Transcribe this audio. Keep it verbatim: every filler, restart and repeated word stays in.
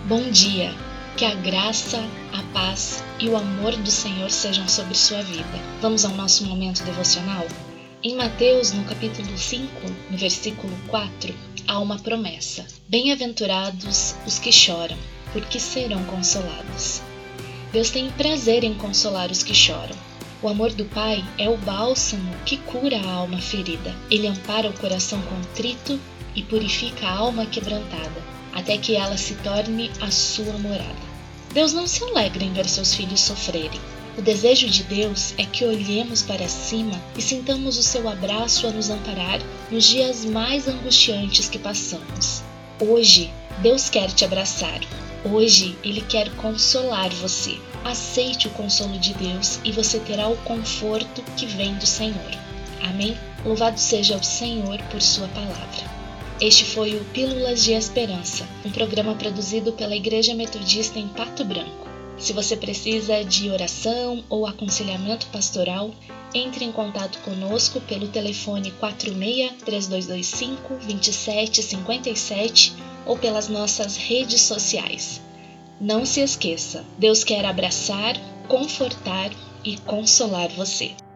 Bom dia, que a graça, a paz e o amor do Senhor sejam sobre sua vida. Vamos ao nosso momento devocional? Em Mateus, no capítulo cinco, no versículo quatro, há uma promessa. Bem-aventurados os que choram, porque serão consolados. Deus tem prazer em consolar os que choram. O amor do Pai é o bálsamo que cura a alma ferida. Ele ampara o coração contrito e purifica a alma quebrantada, até que ela se torne a sua morada. Deus não se alegra em ver seus filhos sofrerem. O desejo de Deus é que olhemos para cima e sintamos o seu abraço a nos amparar nos dias mais angustiantes que passamos. Hoje, Deus quer te abraçar. Hoje, Ele quer consolar você. Aceite o consolo de Deus e você terá o conforto que vem do Senhor. Amém? Louvado seja o Senhor por sua palavra. Este foi o Pílulas de Esperança, um programa produzido pela Igreja Metodista em Pato Branco. Se você precisa de oração ou aconselhamento pastoral, entre em contato conosco pelo telefone quatro seis, três dois dois cinco, dois sete cinco sete ou pelas nossas redes sociais. Não se esqueça, Deus quer abraçar, confortar e consolar você.